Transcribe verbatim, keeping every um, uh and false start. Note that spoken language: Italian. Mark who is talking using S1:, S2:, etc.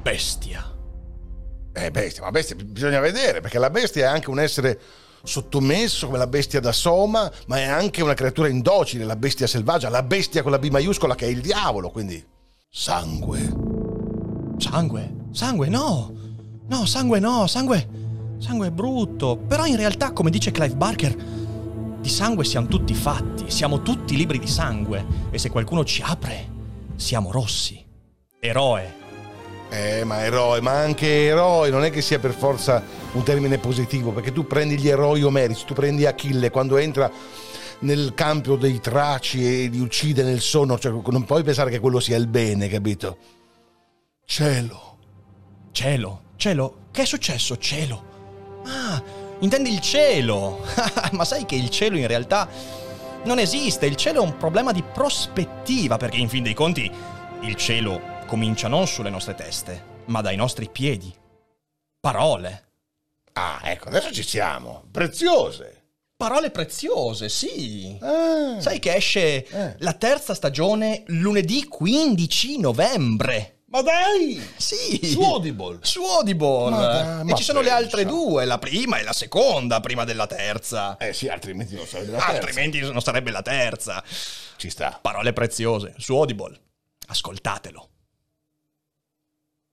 S1: bestia.
S2: Eh, bestia, ma bestia bisogna vedere, perché la bestia è anche un essere sottomesso come la bestia da Soma, ma è anche una creatura indocile, la bestia selvaggia, la bestia con la B maiuscola che è il diavolo, quindi sangue.
S1: Sangue? Sangue no! No, sangue no, sangue... Sangue è brutto. Però in realtà, come dice Clive Barker, di sangue siamo tutti fatti, siamo tutti libri di sangue. E se qualcuno ci apre, siamo rossi. Eroe.
S2: Eh, ma eroe, ma anche eroe non è che sia per forza un termine positivo, perché tu prendi gli eroi omerici, tu prendi Achille quando entra nel campo dei Traci e li uccide nel sonno, cioè non puoi pensare che quello sia il bene, capito? Cielo.
S1: Cielo, cielo, che è successo? Cielo. Ah, intendi il cielo. Ma sai che il cielo in realtà non esiste, il cielo è un problema di prospettiva, perché in fin dei conti il cielo comincia non sulle nostre teste, ma dai nostri piedi. Parole.
S2: Ah, ecco, adesso ci siamo. Preziose.
S1: Parole preziose, sì.
S2: Ah.
S1: Sai che esce
S2: eh.
S1: la terza stagione lunedì quindici novembre.
S2: Ma dai!
S1: Sì.
S2: Su Audible.
S1: Su Audible.
S2: Ma da-
S1: e
S2: ma
S1: ci sono le
S2: pensa.
S1: altre due, la prima e la seconda, prima della terza.
S2: Eh sì, altrimenti non sarebbe la terza.
S1: Altrimenti non sarebbe la terza.
S2: Ci sta.
S1: Parole preziose, su Audible. Ascoltatelo.